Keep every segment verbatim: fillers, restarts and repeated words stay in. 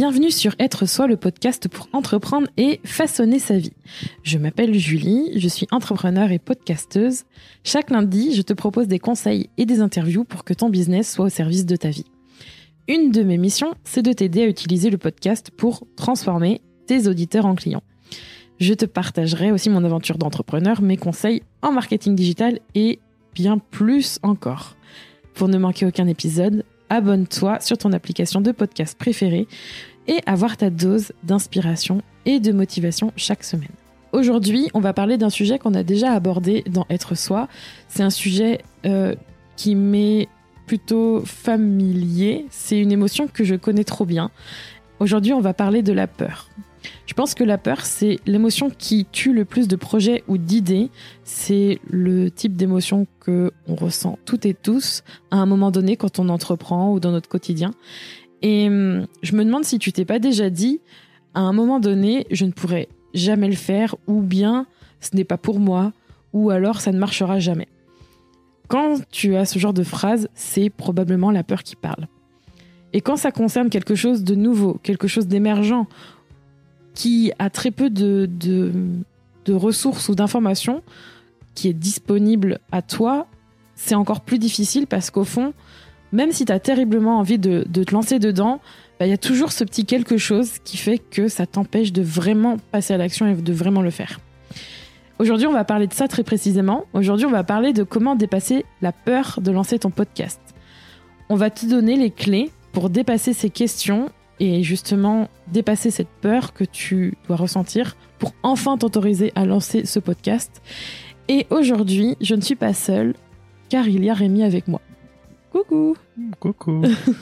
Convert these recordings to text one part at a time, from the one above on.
Bienvenue sur Être Soi, le podcast pour entreprendre et façonner sa vie. Je m'appelle Julie, je suis entrepreneur et podcasteuse. Chaque lundi, je te propose des conseils et des interviews pour que ton business soit au service de ta vie. Une de mes missions, c'est de t'aider à utiliser le podcast pour transformer tes auditeurs en clients. Je te partagerai aussi mon aventure d'entrepreneur, mes conseils en marketing digital et bien plus encore. Pour ne manquer aucun épisode, abonne-toi sur ton application de podcast préférée et avoir ta dose d'inspiration et de motivation chaque semaine. Aujourd'hui, on va parler d'un sujet qu'on a déjà abordé dans Être Soi. C'est un sujet euh, qui m'est plutôt familier. C'est une émotion que je connais trop bien. Aujourd'hui, on va parler de la peur. Je pense que la peur, c'est l'émotion qui tue le plus de projets ou d'idées. C'est le type d'émotion que on ressent toutes et tous à un moment donné quand on entreprend ou dans notre quotidien. Et je me demande si tu t'es pas déjà dit, à un moment donné, je ne pourrai jamais le faire, ou bien ce n'est pas pour moi, ou alors ça ne marchera jamais. Quand tu as ce genre de phrase, c'est probablement la peur qui parle. Et quand ça concerne quelque chose de nouveau, quelque chose d'émergent, qui a très peu de, de, de ressources ou d'informations, qui est disponible à toi, c'est encore plus difficile parce qu'au fond, même si tu as terriblement envie de, de te lancer dedans, bah, y a toujours ce petit quelque chose qui fait que ça t'empêche de vraiment passer à l'action et de vraiment le faire. Aujourd'hui, on va parler de ça très précisément. Aujourd'hui, on va parler de comment dépasser la peur de lancer ton podcast. On va te donner les clés pour dépasser ces questions et justement dépasser cette peur que tu dois ressentir pour enfin t'autoriser à lancer ce podcast. Et aujourd'hui, je ne suis pas seule, car il y a Rémi avec moi. Coucou. Coucou.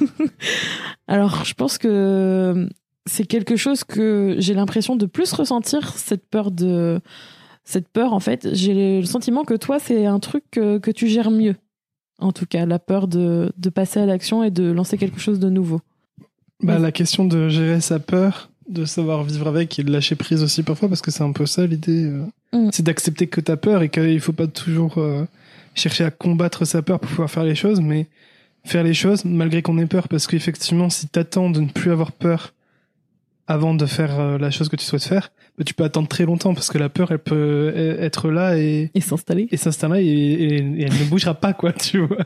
Alors, je pense que c'est quelque chose que j'ai l'impression de plus ressentir, cette peur de... Cette peur, en fait, j'ai le sentiment que toi, c'est un truc que, que tu gères mieux. En tout cas, la peur de, de passer à l'action et de lancer quelque chose de nouveau. Bah, la question de gérer sa peur, de savoir vivre avec et de lâcher prise aussi parfois, parce que c'est un peu ça l'idée. Euh, mm. C'est d'accepter que t'as peur et qu'il faut pas toujours euh, chercher à combattre sa peur pour pouvoir faire les choses, mais faire les choses malgré qu'on ait peur, parce qu'effectivement, si t'attends de ne plus avoir peur avant de faire euh, la chose que tu souhaites faire, bah, tu peux attendre très longtemps, parce que la peur, elle peut être là et... Et s'installer. Et s'installer et, et, et elle ne bougera pas, quoi, tu vois.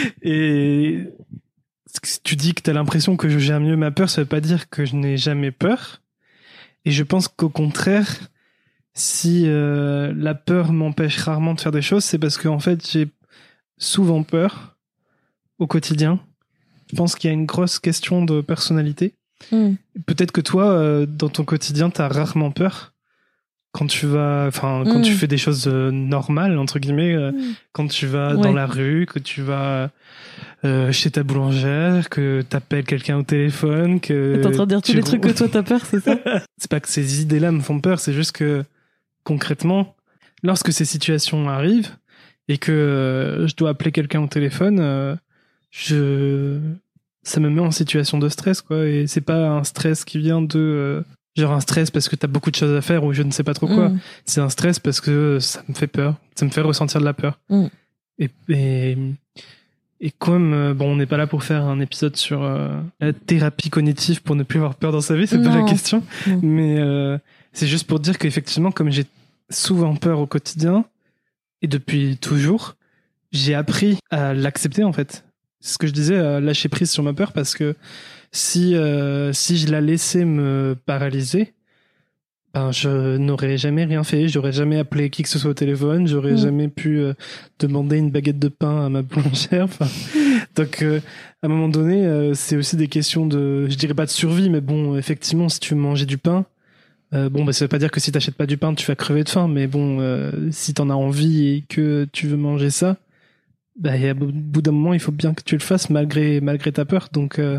Et... tu dis que t'as l'impression que je gère mieux ma peur, ça veut pas dire que je n'ai jamais peur. Et je pense qu'au contraire, si euh, la peur m'empêche rarement de faire des choses, c'est parce que en fait j'ai souvent peur au quotidien. Je pense qu'il y a une grosse question de personnalité. Mm. Peut-être que toi, euh, dans ton quotidien, t'as rarement peur. Quand tu vas, enfin, quand mm. tu fais des choses euh, normales, entre guillemets, euh, mm. quand tu vas ouais. dans la rue, que tu vas euh, chez ta boulangère, que t'appelles quelqu'un au téléphone, que... T'es en train de dire tous les trucs que toi t'as peur, c'est ça? C'est pas que ces idées-là me font peur, c'est juste que, concrètement, lorsque ces situations arrivent, et que euh, je dois appeler quelqu'un au téléphone, euh, je... ça me met en situation de stress, quoi, et c'est pas un stress qui vient de... Euh, genre un stress parce que t'as beaucoup de choses à faire ou je ne sais pas trop quoi. Mmh. C'est un stress parce que ça me fait peur. Ça me fait ressentir de la peur. Mmh. Et, et, et comme, euh, bon, on n'est pas là pour faire un épisode sur euh, la thérapie cognitive pour ne plus avoir peur dans sa vie, c'est non. pas la question. Mmh. Mais euh, c'est juste pour dire qu'effectivement, comme j'ai souvent peur au quotidien, et depuis toujours, j'ai appris à l'accepter, en fait. C'est ce que je disais, à lâcher prise sur ma peur, parce que si euh, si je la laissais me paralyser, ben je n'aurais jamais rien fait, j'aurais jamais appelé qui que ce soit au téléphone, j'aurais mmh. jamais pu euh, demander une baguette de pain à ma boulangère. Enfin, donc euh, à un moment donné, euh, c'est aussi des questions de, je dirais pas de survie, mais bon, effectivement, si tu veux manger du pain, euh, bon, bah ça veut pas dire que si t'achètes pas du pain, tu vas crever de faim, mais bon, euh, si t'en as envie et que tu veux manger ça, bah et à bout d'un moment, il faut bien que tu le fasses malgré malgré ta peur. Donc euh,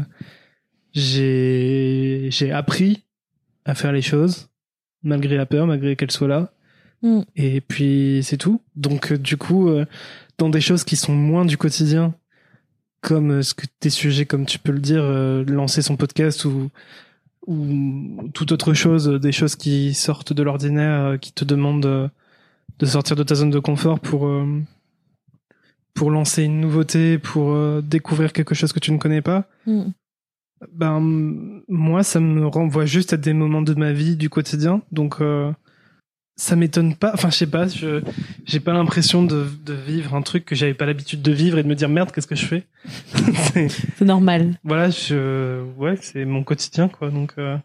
j'ai j'ai appris à faire les choses malgré la peur, malgré qu'elle soit là. Mm. Et puis c'est tout. Donc euh, du coup, euh, dans des choses qui sont moins du quotidien, comme euh, ce que tes sujets, comme tu peux le dire, euh, lancer son podcast ou ou toute autre chose, des choses qui sortent de l'ordinaire, euh, qui te demandent euh, de sortir de ta zone de confort pour euh, pour lancer une nouveauté, pour euh, découvrir quelque chose que tu ne connais pas. Mm. Ben, moi, ça me renvoie juste à des moments de ma vie, du quotidien. Donc, euh, ça m'étonne pas. Enfin, je sais pas, je j'ai pas l'impression de, de vivre un truc que j'avais pas l'habitude de vivre et de me dire merde, qu'est-ce que je fais. c'est, c'est normal. Voilà, je, ouais, c'est mon quotidien, quoi. Donc, euh,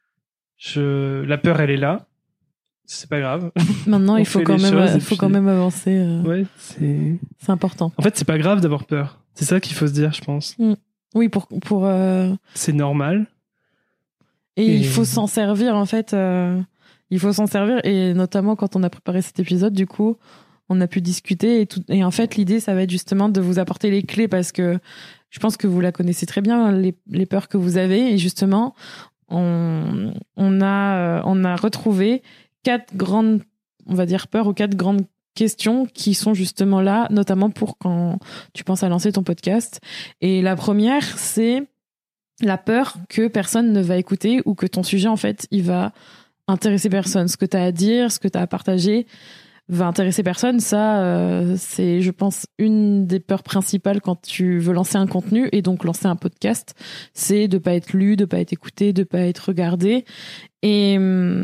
je, la peur, elle est là. C'est pas grave. Maintenant, il faut quand même, il faut puis... quand même avancer. Euh... Ouais, c'est. C'est important. En fait, c'est pas grave d'avoir peur. C'est ça qu'il faut se dire, je pense. Mm. Oui, pour pour. Euh... C'est normal. Et, et il faut s'en servir en fait. Euh... Il faut s'en servir et notamment quand on a préparé cet épisode, du coup, on a pu discuter et tout. Et en fait, l'idée, ça va être justement de vous apporter les clés parce que je pense que vous la connaissez très bien les les peurs que vous avez et justement, on on a on a retrouvé quatre grandes, on va dire peurs ou quatre grandes questions qui sont justement là, notamment pour quand tu penses à lancer ton podcast. Et la première, c'est la peur que personne ne va écouter ou que ton sujet, en fait, il va intéresser personne. Ce que tu as à dire, ce que tu as à partager va intéresser personne. Ça, euh, c'est, je pense, une des peurs principales quand tu veux lancer un contenu et donc lancer un podcast, c'est de pas être lu, de pas être écouté, de pas être regardé. Et...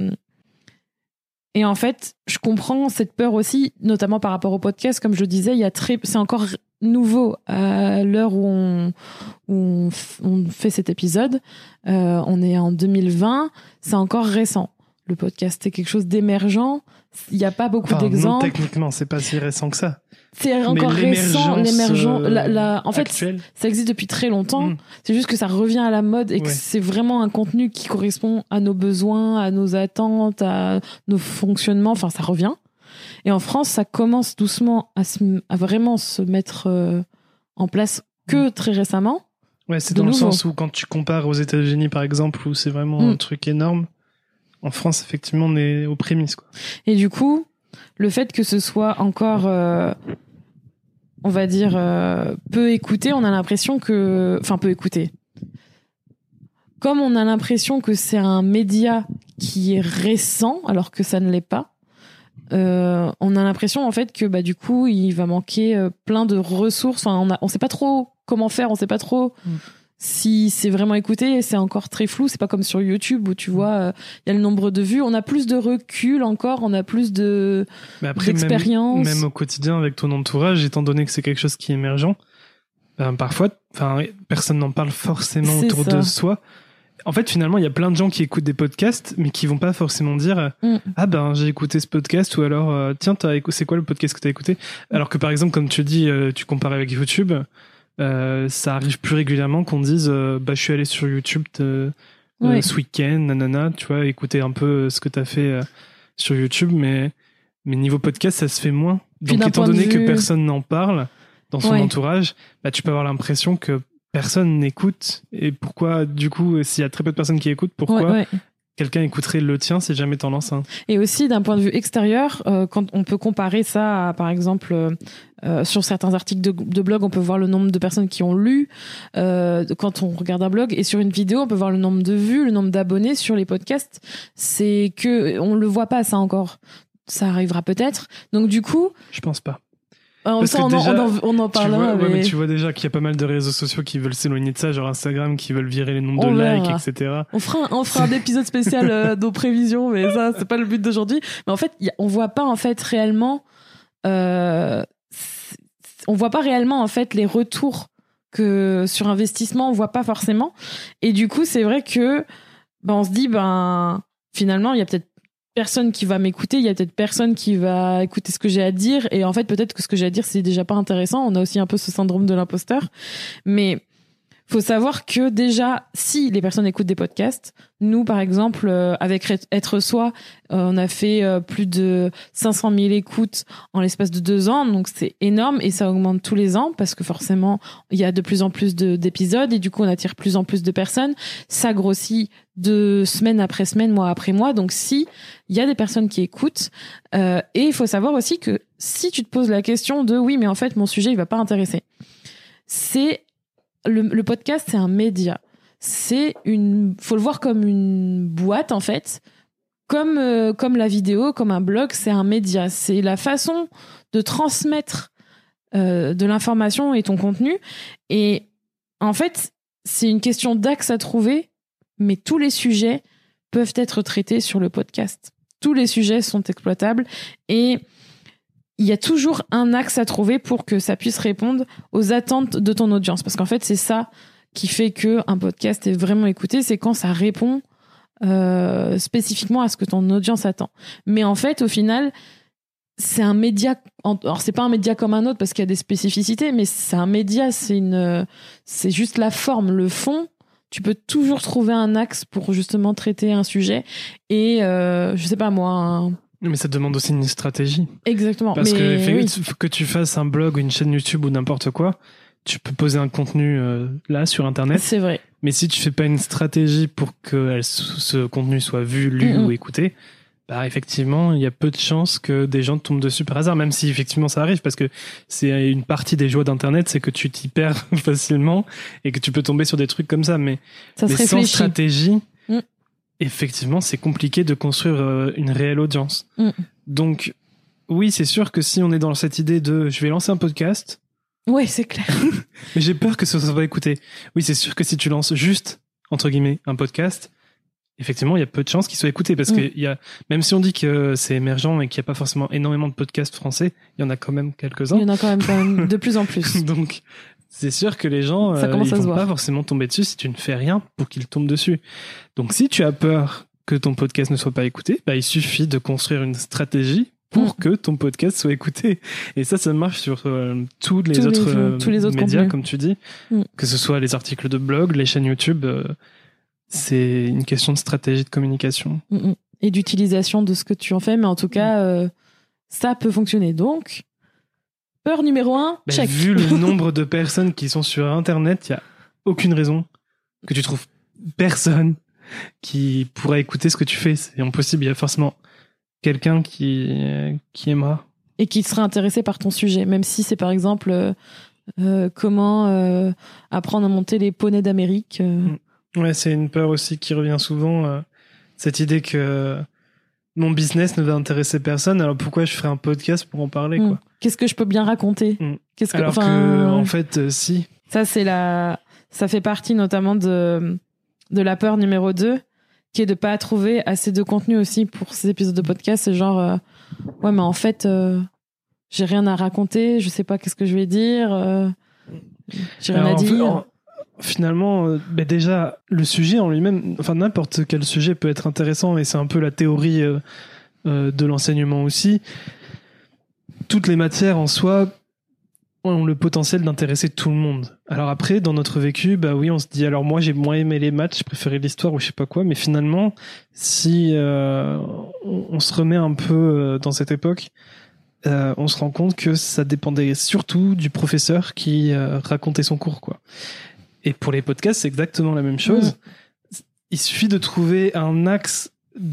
Et en fait, je comprends cette peur aussi, notamment par rapport au podcast. Comme je le disais, il y a très, c'est encore nouveau à l'heure où on, où on, f... on fait cet épisode. Euh, on est en deux mille vingt, c'est encore récent. Le podcast, c'est quelque chose d'émergent. Il n'y a pas beaucoup enfin, d'exemples. Non, techniquement, c'est pas si récent que ça. C'est encore récent, l'émergence. La, la... En fait, actuelle. Ça existe depuis très longtemps. Mmh. C'est juste que ça revient à la mode et que ouais. c'est vraiment un contenu qui correspond à nos besoins, à nos attentes, à nos fonctionnements. Enfin, ça revient. Et en France, ça commence doucement à, se, à vraiment se mettre euh, en place que mmh. très récemment. Ouais, c'est dans nouveau. Le sens où quand tu compares aux États-Unis, par exemple, où c'est vraiment mmh. un truc énorme. En France, effectivement, on est aux prémices, quoi. Et du coup, le fait que ce soit encore, euh, on va dire, euh, peu écouté, on a l'impression que... Enfin, peu écouté. Comme on a l'impression que c'est un média qui est récent, alors que ça ne l'est pas, euh, on a l'impression, en fait, que bah, du coup, il va manquer euh, plein de ressources. Enfin, on a, on sait pas trop comment faire, on sait pas trop... Mm. Si c'est vraiment écouté, c'est encore très flou. C'est pas comme sur YouTube où tu vois, il euh, y a le nombre de vues. On a plus de recul encore, on a plus de Mais après, d'expérience. Même, même au quotidien avec ton entourage, étant donné que c'est quelque chose qui est émergent, ben, parfois, enfin, personne n'en parle forcément c'est autour ça. de soi. En fait, finalement, il y a plein de gens qui écoutent des podcasts, mais qui vont pas forcément dire mm. ah ben j'ai écouté ce podcast ou alors euh, tiens t'as écouté, c'est quoi le podcast que t'as écouté. Alors que par exemple, comme tu dis, euh, tu compares avec YouTube. Euh, ça arrive plus régulièrement qu'on dise euh, bah je suis allé sur YouTube te, euh, oui. ce week-end, nanana, tu vois, écouter un peu ce que t'as fait euh, sur YouTube, mais mais niveau podcast ça se fait moins. Puis donc étant donné vue... que personne n'en parle dans son ouais. entourage, bah tu peux avoir l'impression que personne n'écoute. Et pourquoi du coup s'il y a très peu de personnes qui écoutent, pourquoi ouais, ouais. quelqu'un écouterait le tien si jamais t'en lances un. Et aussi d'un point de vue extérieur, euh, quand on peut comparer ça à, par exemple, euh, sur certains articles de, de blog, on peut voir le nombre de personnes qui ont lu euh, quand on regarde un blog, et sur une vidéo, on peut voir le nombre de vues, le nombre d'abonnés. Sur les podcasts, c'est que on le voit pas ça encore. Ça arrivera peut-être. Donc du coup, je pense pas. Alors, ça, on, déjà, en, on, en, on en parlera. Tu vois, mais... Ouais, mais tu vois déjà qu'il y a pas mal de réseaux sociaux qui veulent s'éloigner de ça, genre Instagram qui veulent virer les nombres on de verra. likes, et cetera. On fera un, on fera un épisode spécial euh, nos prévisions, mais ça, c'est pas le but d'aujourd'hui. Mais en fait, y a, on voit pas en fait réellement, euh, on voit pas réellement en fait les retours que sur investissement, on voit pas forcément. Et du coup, c'est vrai que ben on se dit ben finalement, il y a peut-être personne qui va m'écouter, il y a peut-être personne qui va écouter ce que j'ai à dire, et en fait peut-être que ce que j'ai à dire c'est déjà pas intéressant. On a aussi un peu ce syndrome de l'imposteur, mais faut savoir que déjà si les personnes écoutent des podcasts, nous par exemple euh, avec Être Soi, euh, on a fait euh, plus de cinq cent mille écoutes en l'espace de deux ans, donc c'est énorme et ça augmente tous les ans parce que forcément il y a de plus en plus de, d'épisodes et du coup on attire plus en plus de personnes, ça grossit de semaine après semaine, mois après mois, donc si il y a des personnes qui écoutent, euh, et il faut savoir aussi que si tu te poses la question de oui mais en fait mon sujet il va pas intéresser, c'est Le, le podcast, c'est un média. C'est une, faut le voir comme une boîte en fait, comme euh, comme la vidéo, comme un blog. C'est un média. C'est la façon de transmettre euh, de l'information et ton contenu. Et en fait, c'est une question d'axe à trouver, mais tous les sujets peuvent être traités sur le podcast. Tous les sujets sont exploitables et il y a toujours un axe à trouver pour que ça puisse répondre aux attentes de ton audience. Parce qu'en fait, c'est ça qui fait qu'un podcast est vraiment écouté, c'est quand ça répond euh, spécifiquement à ce que ton audience attend. Mais en fait, au final, c'est un média... Alors, c'est pas un média comme un autre parce qu'il y a des spécificités, mais c'est un média, c'est une, c'est juste la forme, le fond. Tu peux toujours trouver un axe pour justement traiter un sujet. Et euh, je sais pas moi... Un... Mais ça demande aussi une stratégie. Exactement. Parce mais, que oui. que tu fasses un blog ou une chaîne YouTube ou n'importe quoi, tu peux poser un contenu euh, là sur Internet. C'est vrai. Mais si tu fais pas une stratégie pour que elle, ce contenu soit vu, lu mm-hmm. ou écouté, bah effectivement, il y a peu de chances que des gens tombent dessus par hasard, même si effectivement ça arrive, parce que c'est une partie des joies d'Internet, c'est que tu t'y perds facilement et que tu peux tomber sur des trucs comme ça. Mais, ça mais sans stratégie... Mm. Effectivement, c'est compliqué de construire euh, une réelle audience. Mm. Donc, oui, c'est sûr que si on est dans cette idée de je vais lancer un podcast. Ouais, c'est clair. Mais j'ai peur que ça soit pas écouté. Oui, c'est sûr que si tu lances juste, entre guillemets, un podcast, effectivement, il y a peu de chances qu'il soit écouté parce mm. que il y a, même si on dit que c'est émergent et qu'il n'y a pas forcément énormément de podcasts français, il y en a quand même quelques-uns. Il y en a quand même, quand même de plus en plus. Donc, c'est sûr que les gens, euh, ils vont pas forcément tomber dessus si tu ne fais rien pour qu'ils tombent dessus. Donc, si tu as peur que ton podcast ne soit pas écouté, bah, il suffit de construire une stratégie pour mmh. que ton podcast soit écouté. Et ça, ça marche sur euh, tous les tous autres, les, euh, tous les autres médias, contenus. Comme tu dis, mmh. que ce soit les articles de blog, les chaînes YouTube. Euh, c'est une question de stratégie de communication. Mmh. Et d'utilisation de ce que tu en fais. Mais en tout cas, euh, ça peut fonctionner. Donc, peur numéro un, bah, check. Vu le nombre de personnes qui sont sur Internet, il n'y a aucune raison que tu trouves personne qui pourra écouter ce que tu fais. C'est impossible. Il y a forcément quelqu'un qui, qui aimera. Et qui sera intéressé par ton sujet. Même si c'est par exemple euh, euh, comment euh, apprendre à monter les poneys d'Amérique. Euh. Ouais, c'est une peur aussi qui revient souvent. Euh, cette idée que mon business ne va intéresser personne. Alors pourquoi je ferais un podcast pour en parler, mmh. quoi. Qu'est-ce que je peux bien raconter mmh. Qu'est-ce que, Alors enfin, que, en fait, euh, si. Ça, c'est la... ça fait partie notamment de, de la peur numéro deux, qui est de pas trouver assez de contenu aussi pour ces épisodes de podcast. C'est genre, euh, ouais, mais en fait, euh, j'ai rien à raconter, je sais pas qu'est-ce que je vais dire, euh, j'ai rien Alors, à dire. Fait, en, finalement, euh, bah déjà, le sujet en lui-même, enfin, n'importe quel sujet peut être intéressant et c'est un peu la théorie euh, euh, de l'enseignement aussi. Toutes les matières en soi ont le potentiel d'intéresser tout le monde. Alors après, dans notre vécu, bah oui, on se dit, alors moi j'ai moins aimé les maths, je préférais l'histoire ou je sais pas quoi, mais finalement, si euh, on, on se remet un peu euh, dans cette époque, euh, on se rend compte que ça dépendait surtout du professeur qui euh, racontait son cours, quoi. Et pour les podcasts, c'est exactement la même chose. Mmh. Il suffit de trouver un axe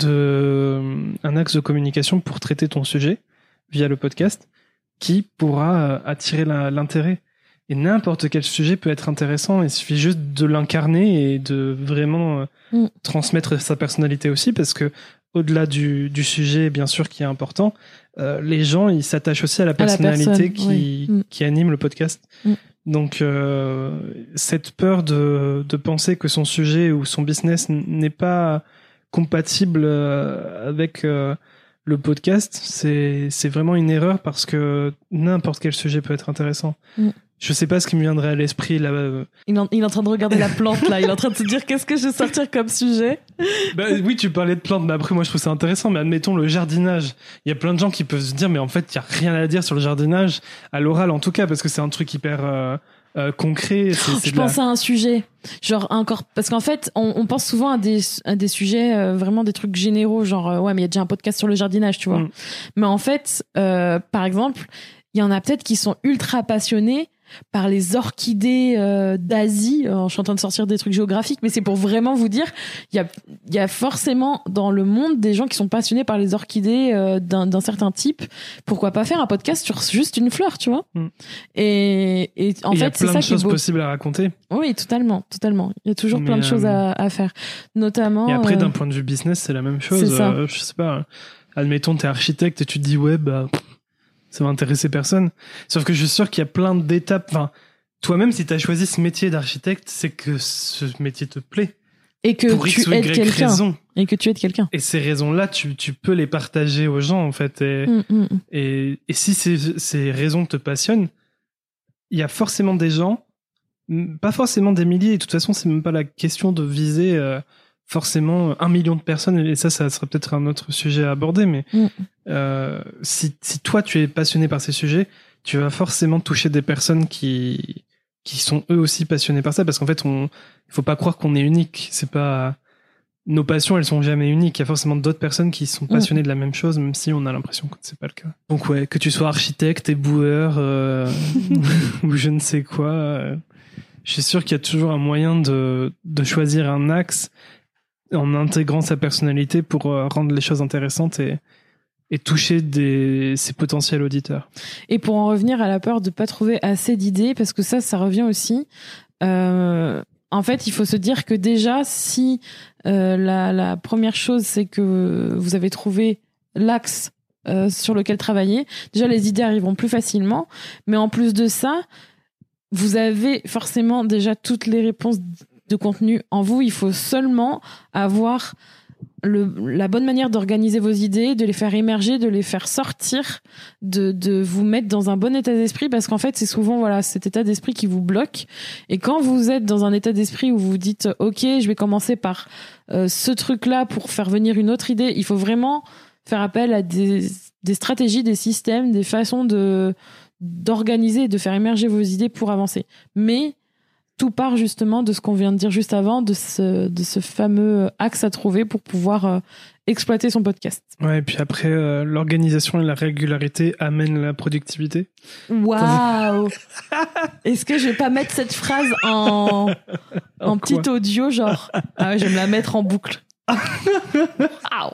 de, un axe de communication pour traiter ton sujet via le podcast, qui pourra attirer la, l'intérêt. Et n'importe quel sujet peut être intéressant, il suffit juste de l'incarner et de vraiment euh, mm. transmettre sa personnalité aussi, parce que au-delà du, du sujet, bien sûr, qui est important, euh, les gens, ils s'attachent aussi à la personnalité la personne, qui, oui. mm. qui anime le podcast. Mm. Donc, euh, cette peur de, de penser que son sujet ou son business n'est pas compatible euh, avec... Euh, le podcast, c'est, c'est vraiment une erreur parce que n'importe quel sujet peut être intéressant. Mm. Je sais pas ce qui me viendrait à l'esprit là. Il, en, il est en train de regarder la plante là. Il est en train de se dire qu'est-ce que je vais sortir comme sujet. Bah oui, tu parlais de plantes, mais après moi je trouve ça intéressant. Mais admettons le jardinage. Il y a plein de gens qui peuvent se dire mais en fait il y a rien à dire sur le jardinage à l'oral en tout cas parce que c'est un truc hyper euh, euh, concret. C'est, c'est je pense la... à un sujet. Genre encore parce qu'en fait on, on pense souvent à des à des sujets euh, vraiment des trucs généraux genre euh, ouais mais il y a déjà un podcast sur le jardinage tu vois. Mm. Mais en fait euh, par exemple il y en a peut-être qui sont ultra passionnés par les orchidées euh, d'Asie. Alors, je suis en train de sortir des trucs géographiques, mais c'est pour vraiment vous dire, il y a, il y a forcément dans le monde des gens qui sont passionnés par les orchidées euh, d'un, d'un certain type. Pourquoi pas faire un podcast sur juste une fleur, tu vois? Mm. Et, et en et fait, c'est ça qui est beau. Il y a plein de choses possibles à raconter. Oui, totalement, totalement. Il y a toujours mais plein de euh... choses à, à faire, notamment. Et après, euh... d'un point de vue business, c'est la même chose. C'est ça. Euh, je sais pas. Admettons, t'es architecte et tu te dis ouais, bah. Ça va intéresser personne. Sauf que je suis sûr qu'il y a plein d'étapes. Enfin, toi-même, si tu as choisi ce métier d'architecte, c'est que ce métier te plaît. Et que pour tu X ou aides Y quelqu'un. raison. Et que tu aides quelqu'un. Et ces raisons-là, tu, tu peux les partager aux gens, en fait. Et, Mm, mm. et, et si ces, ces raisons te passionnent, il y a forcément des gens, pas forcément des milliers, et de toute façon, c'est même pas la question de viser euh, forcément un million de personnes, et ça, ça sera peut-être un autre sujet à aborder, mais Mm. euh, si, si toi, tu es passionné par ces sujets, tu vas forcément toucher des personnes qui, qui sont eux aussi passionnés par ça, parce qu'en fait, on, il faut pas croire qu'on est unique. C'est pas, nos passions, elles sont jamais uniques. Il y a forcément d'autres personnes qui sont passionnées mmh. de la même chose, même si on a l'impression que c'est pas le cas. Donc ouais, que tu sois architecte, éboueur, euh, ou je ne sais quoi, euh, je suis sûr qu'il y a toujours un moyen de, de choisir un axe en intégrant sa personnalité pour euh, rendre les choses intéressantes et, et toucher des, ses potentiels auditeurs. Et pour en revenir à la peur de pas trouver assez d'idées, parce que ça, ça revient aussi. Euh, en fait, il faut se dire que déjà, si euh, la, la première chose, c'est que vous avez trouvé l'axe euh, sur lequel travailler, déjà les idées arriveront plus facilement. Mais en plus de ça, vous avez forcément déjà toutes les réponses de contenu en vous. Il faut seulement avoir Le, la bonne manière d'organiser vos idées, de les faire émerger, de les faire sortir, de, de vous mettre dans un bon état d'esprit, parce qu'en fait, c'est souvent voilà cet état d'esprit qui vous bloque. Et quand vous êtes dans un état d'esprit où vous vous dites « Ok, je vais commencer par euh, ce truc-là pour faire venir une autre idée », il faut vraiment faire appel à des, des stratégies, des systèmes, des façons de, d'organiser et de faire émerger vos idées pour avancer. Mais tout part justement de ce qu'on vient de dire juste avant, de ce, de ce fameux axe à trouver pour pouvoir euh, exploiter son podcast. Ouais, et puis après, euh, l'organisation et la régularité amènent la productivité. Waouh. Est-ce que je vais pas mettre cette phrase en, en, en petit audio, genre, ah ouais, je vais me la mettre en boucle. Wow.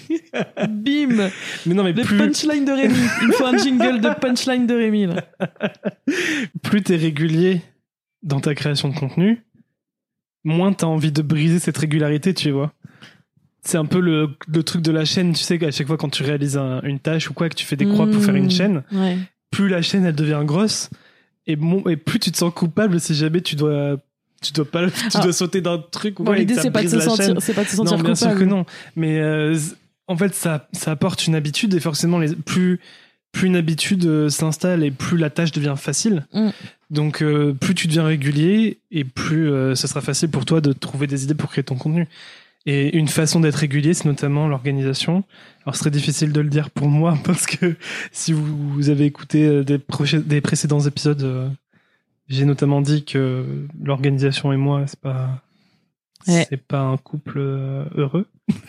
Bim. Mais non, mais les plus... punchlines de Rémi. Il me faut un jingle de punchline de Rémi, là. Plus t'es régulier dans ta création de contenu, moins t'as envie de briser cette régularité, tu vois. C'est un peu le, le truc de la chaîne, tu sais, qu'à chaque fois quand tu réalises un, une tâche ou quoi, que tu fais des croix mmh, pour faire une chaîne, ouais. plus la chaîne elle devient grosse, et, bon, et plus tu te sens coupable si jamais tu dois, tu dois pas, tu ah. dois sauter d'un truc ou bon, quoi. L'idée et que c'est pas, de se sentir, c'est pas de se sentir non, coupable. Bien sûr que non, mais euh, en fait ça, ça apporte une habitude et forcément les plus plus une habitude euh, s'installe et plus la tâche devient facile. Mm. Donc, euh, plus tu deviens régulier et plus euh, ça sera facile pour toi de trouver des idées pour créer ton contenu. Et une façon d'être régulier, c'est notamment l'organisation. Alors, ce serait difficile de le dire pour moi parce que si vous, vous avez écouté des, proche- des précédents épisodes, euh, j'ai notamment dit que l'organisation et moi, c'est pas, ouais. c'est pas un couple euh, heureux.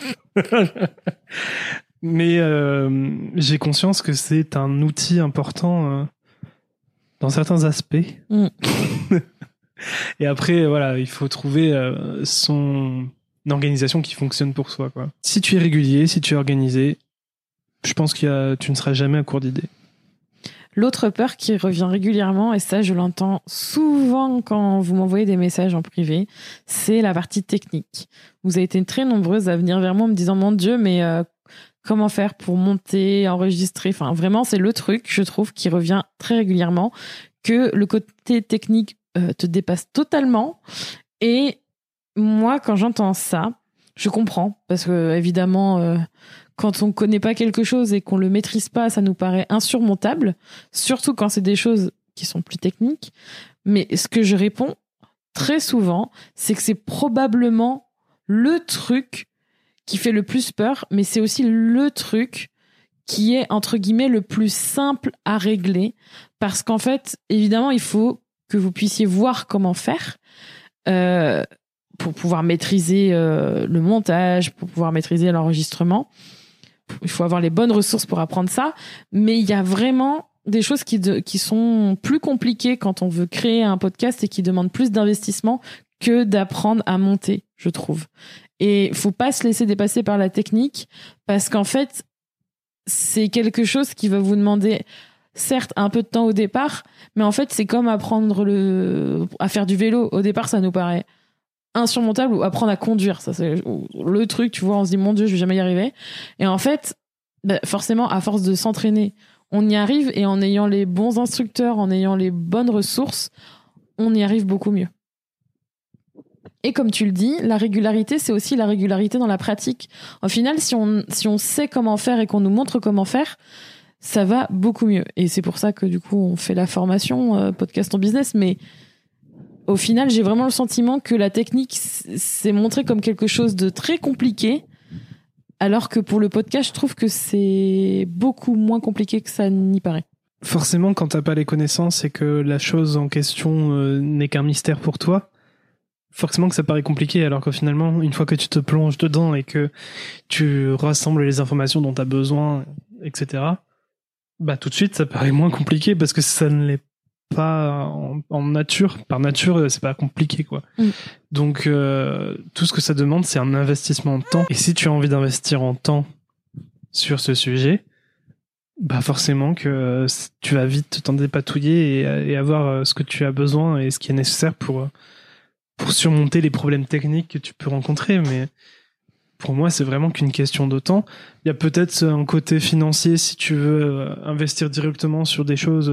Mais euh, j'ai conscience que c'est un outil important euh, dans certains aspects. Mm. Et après, voilà, il faut trouver euh, son organisation qui fonctionne pour soi, quoi. Si tu es régulier, si tu es organisé, je pense qu'il y a, tu ne seras jamais à court d'idées. L'autre peur qui revient régulièrement, et ça je l'entends souvent quand vous m'envoyez des messages en privé, c'est la partie technique. Vous avez été très nombreuses à venir vers moi en me disant « Mon Dieu, mais euh, comment faire pour monter, enregistrer ?» Enfin, vraiment, c'est le truc, je trouve, qui revient très régulièrement, que le côté technique euh, te dépasse totalement. Et moi, quand j'entends ça, je comprends, parce que évidemment... Euh, quand on connaît pas quelque chose et qu'on le maîtrise pas, ça nous paraît insurmontable, surtout quand c'est des choses qui sont plus techniques. Mais ce que je réponds très souvent, c'est que c'est probablement le truc qui fait le plus peur, mais c'est aussi le truc qui est, entre guillemets, le plus simple à régler. Parce qu'en fait, évidemment, il faut que vous puissiez voir comment faire euh, pour pouvoir maîtriser euh, le montage, pour pouvoir maîtriser l'enregistrement. Il faut avoir les bonnes ressources pour apprendre ça, mais il y a vraiment des choses qui, de, qui sont plus compliquées quand on veut créer un podcast et qui demandent plus d'investissement que d'apprendre à monter, je trouve. Et il faut pas se laisser dépasser par la technique, parce qu'en fait, c'est quelque chose qui va vous demander, certes, un peu de temps au départ, mais en fait, c'est comme apprendre le, à faire du vélo. Au départ, ça nous paraît insurmontable, ou apprendre à conduire, ça c'est le truc, tu vois, on se dit mon Dieu, je vais jamais y arriver. Et en fait, bah, forcément, à force de s'entraîner, on y arrive, et en ayant les bons instructeurs, en ayant les bonnes ressources, on y arrive beaucoup mieux. Et comme tu le dis, la régularité, c'est aussi la régularité dans la pratique. Au final, si on, si on sait comment faire et qu'on nous montre comment faire, ça va beaucoup mieux. Et c'est pour ça que du coup, on fait la formation euh, Podcast ton business. Mais au final, j'ai vraiment le sentiment que la technique s'est montrée comme quelque chose de très compliqué, alors que pour le podcast, je trouve que c'est beaucoup moins compliqué que ça n'y paraît. Forcément, quand t'as pas les connaissances et que la chose en question euh, n'est qu'un mystère pour toi, forcément que ça paraît compliqué, alors que finalement, une fois que tu te plonges dedans et que tu rassembles les informations dont tu as besoin, et cetera, bah tout de suite, ça paraît moins compliqué parce que ça ne l'est pas en, en nature. Par nature, c'est pas compliqué, quoi. Mm. Donc, euh, tout ce que ça demande, c'est un investissement en temps. Et si tu as envie d'investir en temps sur ce sujet, bah forcément que tu vas vite t'en dépatouiller et, et avoir ce que tu as besoin et ce qui est nécessaire pour... pour surmonter les problèmes techniques que tu peux rencontrer, mais pour moi, c'est vraiment qu'une question de temps. Il y a peut-être un côté financier si tu veux investir directement sur des choses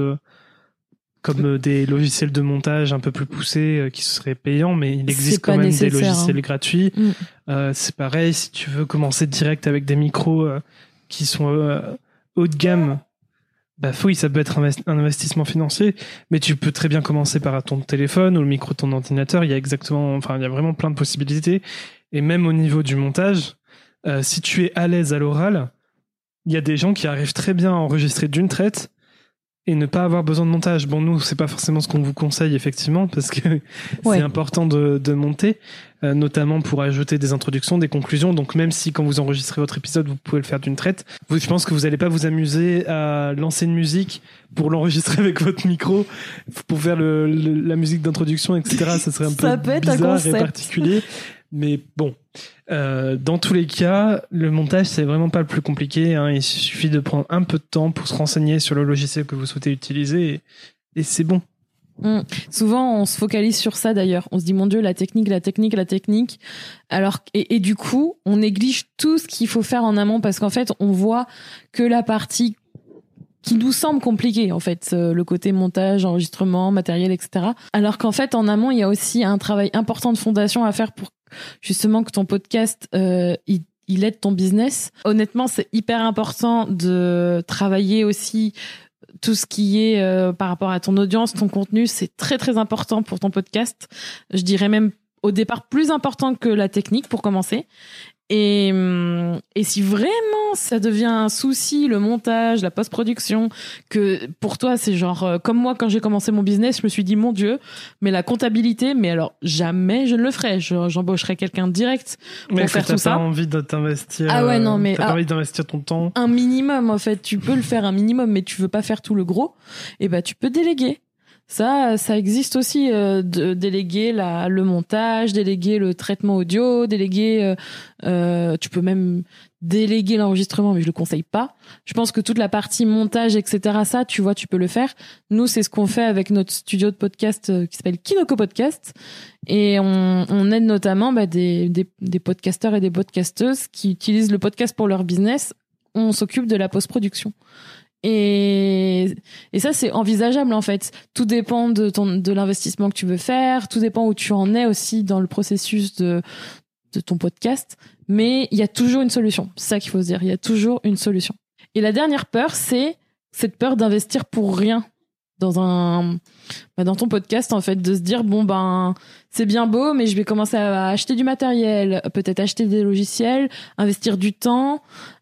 comme des logiciels de montage un peu plus poussés qui seraient payants, mais il existe quand même des logiciels hein. gratuits. Mm. Euh, c'est pareil, si tu veux commencer direct avec des micros euh, qui sont euh, haut de gamme, bah oui, ça peut être un investissement financier, mais tu peux très bien commencer par ton téléphone ou le micro de ton ordinateur. Il y a exactement, enfin, il y a vraiment plein de possibilités. Et même au niveau du montage, euh, si tu es à l'aise à l'oral, il y a des gens qui arrivent très bien à enregistrer d'une traite et ne pas avoir besoin de montage. Bon, nous, c'est pas forcément ce qu'on vous conseille, effectivement, parce que ouais. c'est important de, de monter, euh, notamment pour ajouter des introductions, des conclusions. Donc, même si quand vous enregistrez votre épisode, vous pouvez le faire d'une traite, vous, je pense que vous allez pas vous amuser à lancer une musique pour l'enregistrer avec votre micro, pour faire le, le, la musique d'introduction, et cetera. Ça serait un Ça peu peut bizarre et particulier. Mais bon, euh, dans tous les cas, le montage, c'est vraiment pas le plus compliqué, hein. Il suffit de prendre un peu de temps pour se renseigner sur le logiciel que vous souhaitez utiliser et, et c'est bon. Mmh. Souvent, on se focalise sur ça d'ailleurs. On se dit, mon Dieu, la technique, la technique, la technique. Alors, et, et du coup, on néglige tout ce qu'il faut faire en amont parce qu'en fait, on voit que la partie qui nous semble compliquée, en fait, euh, le côté montage, enregistrement, matériel, et cetera. Alors qu'en fait, en amont, il y a aussi un travail important de fondation à faire pour justement que ton podcast, euh, il, il aide ton business. Honnêtement, c'est hyper important de travailler aussi tout ce qui est euh, par rapport à ton audience, ton contenu, c'est très très important pour ton podcast. Je dirais même au départ plus important que la technique pour commencer. Et, et si vraiment ça devient un souci, le montage, la post-production, que pour toi c'est genre euh, comme moi quand j'ai commencé mon business, je me suis dit mon Dieu, mais la comptabilité, mais alors jamais je ne le ferai. Je, j'embaucherai quelqu'un direct pour mais faire tout ça. Mais t'as pas envie de t'investir. Ah ouais non mais t'as ah, pas envie d'investir ton temps. Un minimum en fait, tu peux le faire un minimum, mais tu veux pas faire tout le gros. Et ben tu peux déléguer. Ça, ça existe aussi, euh, de déléguer la, le montage, déléguer le traitement audio, déléguer, euh, euh, tu peux même déléguer l'enregistrement, mais je le conseille pas. Je pense que toute la partie montage, et cetera, ça, tu vois, tu peux le faire. Nous, c'est ce qu'on fait avec notre studio de podcast euh, qui s'appelle Kinoko Podcast. Et on, on aide notamment bah, des, des, des podcasteurs et des podcasteuses qui utilisent le podcast pour leur business. On s'occupe de la post-production. Et, et ça, c'est envisageable, en fait. Tout dépend de ton, de l'investissement que tu veux faire. Tout dépend où tu en es aussi dans le processus de, de ton podcast. Mais il y a toujours une solution. C'est ça qu'il faut se dire. Il y a toujours une solution. Et la dernière peur, c'est cette peur d'investir pour rien dans un, bah dans ton podcast, en fait, de se dire, bon, ben, c'est bien beau, mais je vais commencer à acheter du matériel, peut-être acheter des logiciels, investir du temps.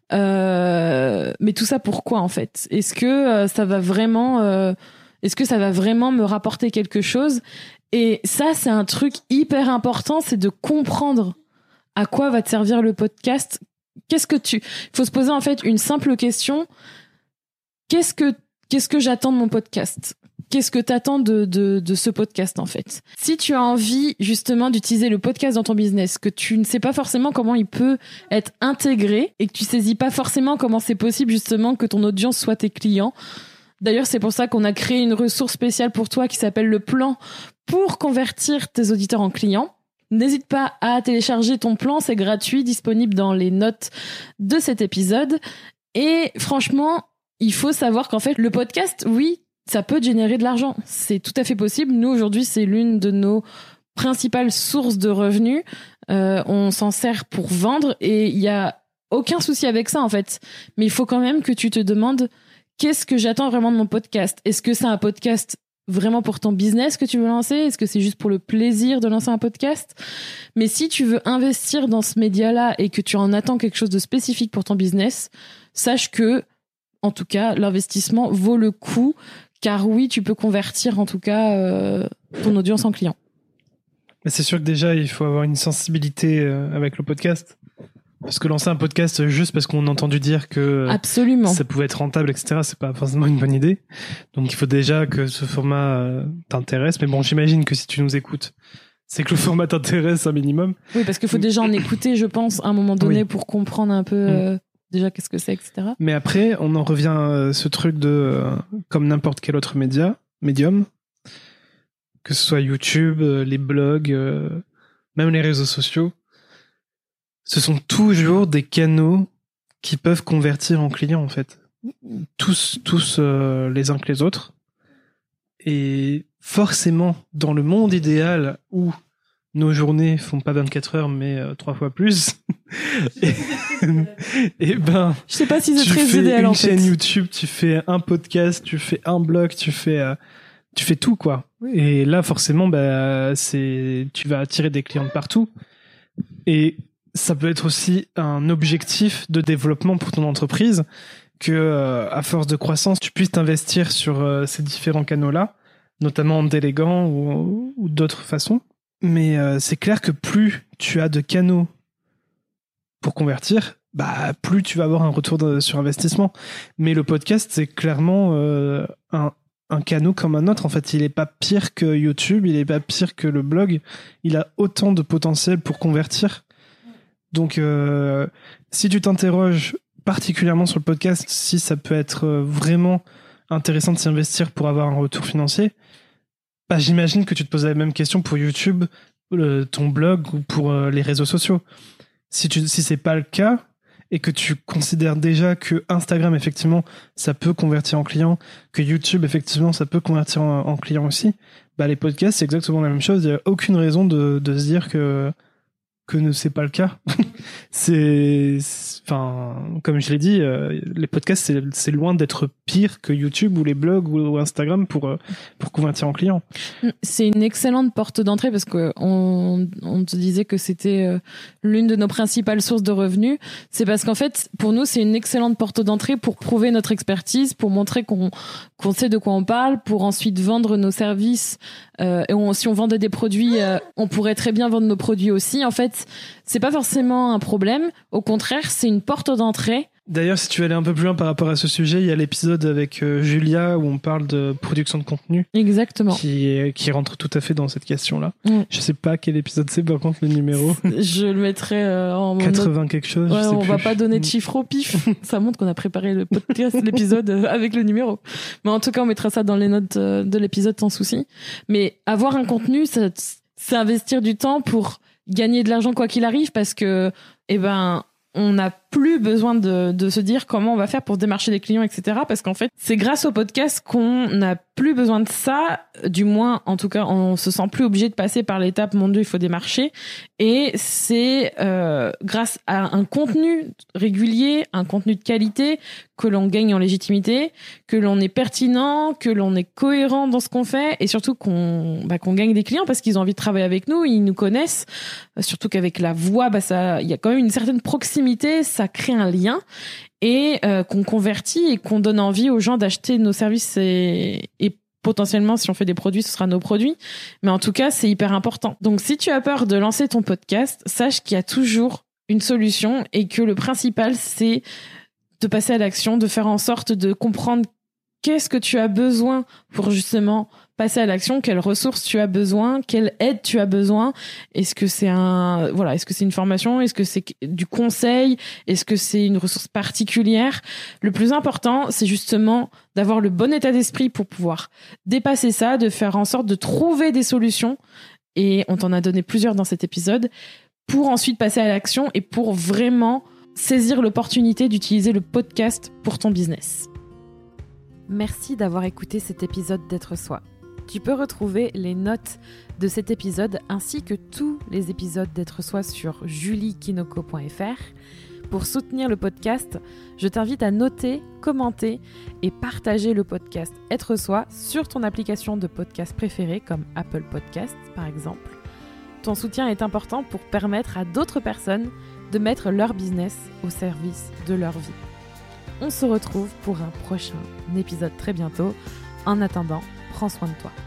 Euh, mais tout ça pourquoi en fait ? Est-ce que euh, ça va vraiment, euh, est-ce que ça va vraiment me rapporter quelque chose ? Et ça, c'est un truc hyper important, c'est de comprendre à quoi va te servir le podcast. Qu'est-ce que tu, il faut se poser en fait une simple question. Qu'est-ce que, qu'est-ce que j'attends de mon podcast ? Qu'est-ce que t'attends de, de, de ce podcast, en fait ? Si tu as envie, justement, d'utiliser le podcast dans ton business, que tu ne sais pas forcément comment il peut être intégré et que tu saisis pas forcément comment c'est possible, justement, que ton audience soit tes clients. D'ailleurs, c'est pour ça qu'on a créé une ressource spéciale pour toi qui s'appelle le plan pour convertir tes auditeurs en clients. N'hésite pas à télécharger ton plan, c'est gratuit, disponible dans les notes de cet épisode. Et franchement, il faut savoir qu'en fait, le podcast, oui, ça peut générer de l'argent. C'est tout à fait possible. Nous, aujourd'hui, c'est l'une de nos principales sources de revenus. Euh, on s'en sert pour vendre et il y a aucun souci avec ça, en fait. Mais il faut quand même que tu te demandes qu'est-ce que j'attends vraiment de mon podcast? Est-ce que c'est un podcast vraiment pour ton business que tu veux lancer? Est-ce que c'est juste pour le plaisir de lancer un podcast? Mais si tu veux investir dans ce média-là et que tu en attends quelque chose de spécifique pour ton business, sache que, en tout cas, l'investissement vaut le coup, car oui, tu peux convertir en tout cas euh, ton audience en client. Mais c'est sûr que déjà, il faut avoir une sensibilité euh, avec le podcast. Parce que lancer un podcast juste parce qu'on a entendu dire que Absolument. ça pouvait être rentable, et cetera, c'est pas forcément une bonne idée. Donc il faut déjà que ce format euh, t'intéresse. Mais bon, j'imagine que si tu nous écoutes, c'est que le format t'intéresse un minimum. Oui, parce qu'il faut déjà en écouter, je pense, à un moment donné, Oui. pour comprendre un peu euh, mmh. déjà qu'est-ce que c'est, et cetera. Mais après, on en revient à ce truc de, euh, comme n'importe quel autre média, médium, que ce soit YouTube, euh, les blogs, euh, même les réseaux sociaux, ce sont toujours des canaux qui peuvent convertir en clients, en fait. Tous, tous euh, les uns que les autres. Et forcément, dans le monde idéal où nos journées font pas vingt-quatre heures, mais euh, trois fois plus, et, et ben, je sais pas si c'est tu très fais idéal, une en fait. chaîne YouTube, tu fais un podcast, tu fais un blog, tu fais, euh, tu fais tout, quoi. Et là, forcément, bah, c'est, tu vas attirer des clients de partout. Et ça peut être aussi un objectif de développement pour ton entreprise que, euh, à force de croissance, tu puisses t'investir sur euh, ces différents canaux-là, notamment en déléguant ou, ou d'autres façons. Mais euh, c'est clair que plus tu as de canaux pour convertir, bah plus tu vas avoir un retour de, sur investissement. Mais le podcast, c'est clairement euh, un, un canal comme un autre. En fait, il est pas pire que YouTube, il est pas pire que le blog. Il a autant de potentiel pour convertir. Donc, euh, si tu t'interroges particulièrement sur le podcast, si ça peut être vraiment intéressant de s'y investir pour avoir un retour financier, bah, j'imagine que tu te poses la même question pour YouTube, le, ton blog ou pour euh, les réseaux sociaux. Si tu, si c'est pas le cas et que tu considères déjà que Instagram, effectivement, ça peut convertir en client, que YouTube, effectivement, ça peut convertir en, en client aussi, bah, les podcasts, c'est exactement la même chose. Il n'y a aucune raison de, de se dire que que ne c'est pas le cas. c'est, enfin, comme je l'ai dit, euh, les podcasts, c'est, c'est loin d'être pire que YouTube ou les blogs ou, ou Instagram pour, euh, pour convertir en client. C'est une excellente porte d'entrée parce que on, on te disait que c'était euh, l'une de nos principales sources de revenus. C'est parce qu'en fait, pour nous, c'est une excellente porte d'entrée pour prouver notre expertise, pour montrer qu'on, qu'on sait de quoi on parle, pour ensuite vendre nos services. Euh, et on, si on vendait des produits, euh, on pourrait très bien vendre nos produits aussi. En fait, c'est pas forcément un problème. Au contraire, c'est une porte d'entrée. D'ailleurs, si tu veux aller un peu plus loin par rapport à ce sujet, il y a l'épisode avec euh, Julia où on parle de production de contenu. Exactement. Qui, est, qui rentre tout à fait dans cette question-là. Mm. Je sais pas quel épisode c'est, par contre, le numéro. Je le mettrai euh, en quatre-vingts note... quelque chose. Ouais, je sais on plus. va pas donner de chiffres au pif. Ça montre qu'on a préparé le podcast, l'épisode euh, avec le numéro. Mais en tout cas, on mettra ça dans les notes euh, de l'épisode sans souci. Mais avoir un contenu, ça, c'est investir du temps pour gagner de l'argent quoi qu'il arrive parce que, eh ben, on n'a plus besoin de, de se dire comment on va faire pour démarcher des clients, et cetera. Parce qu'en fait, c'est grâce au podcast qu'on n'a plus besoin de ça. Du moins, en tout cas, on se sent plus obligé de passer par l'étape « Mon Dieu, il faut démarcher ». Et c'est euh, grâce à un contenu régulier, un contenu de qualité, que l'on gagne en légitimité, que l'on est pertinent, que l'on est cohérent dans ce qu'on fait et surtout qu'on, bah, qu'on gagne des clients parce qu'ils ont envie de travailler avec nous, ils nous connaissent. Surtout qu'avec la voix, bah, ça, il y a quand même une certaine proximité, ça crée un lien et euh, qu'on convertit et qu'on donne envie aux gens d'acheter nos services et, et potentiellement, si on fait des produits, ce sera nos produits. Mais en tout cas, c'est hyper important. Donc, si tu as peur de lancer ton podcast, sache qu'il y a toujours une solution et que le principal, c'est de passer à l'action, de faire en sorte de comprendre qu'est-ce que tu as besoin pour justement passer à l'action, quelles ressources tu as besoin, quelle aide tu as besoin. Est-ce que c'est un, voilà, est-ce que c'est une formation? Est-ce que c'est du conseil? Est-ce que c'est une ressource particulière? Le plus important, c'est justement d'avoir le bon état d'esprit pour pouvoir dépasser ça, de faire en sorte de trouver des solutions. Et on t'en a donné plusieurs dans cet épisode pour ensuite passer à l'action et pour vraiment saisir l'opportunité d'utiliser le podcast pour ton business. Merci d'avoir écouté cet épisode d'Être Soi. Tu peux retrouver les notes de cet épisode ainsi que tous les épisodes d'Être Soi sur julie kinoko point f r. Pour soutenir le podcast, je t'invite à noter, commenter et partager le podcast Être Soi sur ton application de podcast préférée comme Apple Podcasts par exemple. Ton soutien est important pour permettre à d'autres personnes de mettre leur business au service de leur vie. On se retrouve pour un prochain épisode très bientôt. En attendant, prends soin de toi.